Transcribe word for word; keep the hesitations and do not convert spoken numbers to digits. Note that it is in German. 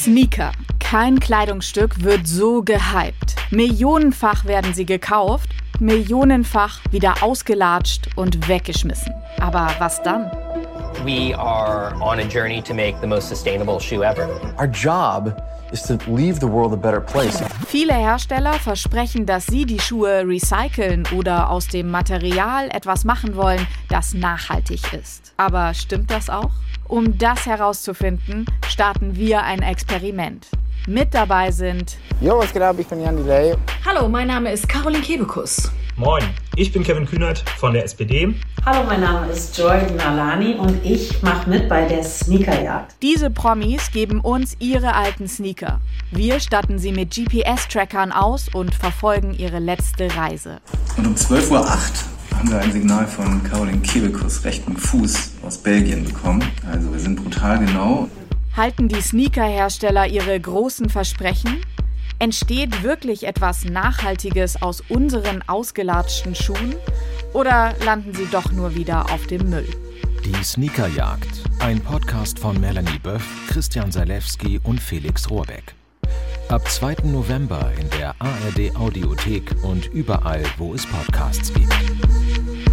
Sneaker. Kein Kleidungsstück wird so gehypt. Millionenfach werden sie gekauft, millionenfach wieder ausgelatscht und weggeschmissen. Aber was dann? We are on a journey to make the most sustainable shoe ever. Our job is to leave the world a better place. Viele Hersteller versprechen, dass sie die Schuhe recyceln oder aus dem Material etwas machen wollen, das nachhaltig ist. Aber stimmt das auch? Um das herauszufinden, starten wir ein Experiment. Mit dabei sind... Jo, was geht ab? Ich bin Jan Delay. Hallo, mein Name ist Caroline Kebekus. Moin, ich bin Kevin Kühnert von der S P D. Hallo, mein Name ist Joy Nalani und ich mache mit bei der Sneakerjagd. Diese Promis geben uns ihre alten Sneaker. Wir statten sie mit G P S-Trackern aus und verfolgen ihre letzte Reise. Und um zwölf Uhr acht haben wir ein Signal von Caroline Kebekus rechten Fuß aus Belgien bekommen. Also wir sind brutal genau. Halten die Sneakerhersteller ihre großen Versprechen? Entsteht wirklich etwas Nachhaltiges aus unseren ausgelatschten Schuhen? Oder landen sie doch nur wieder auf dem Müll? Die Sneakerjagd, ein Podcast von Melanie Böff, Christian Salewski und Felix Rohrbeck. Ab zweiten November in der A R D Audiothek und überall, wo es Podcasts gibt.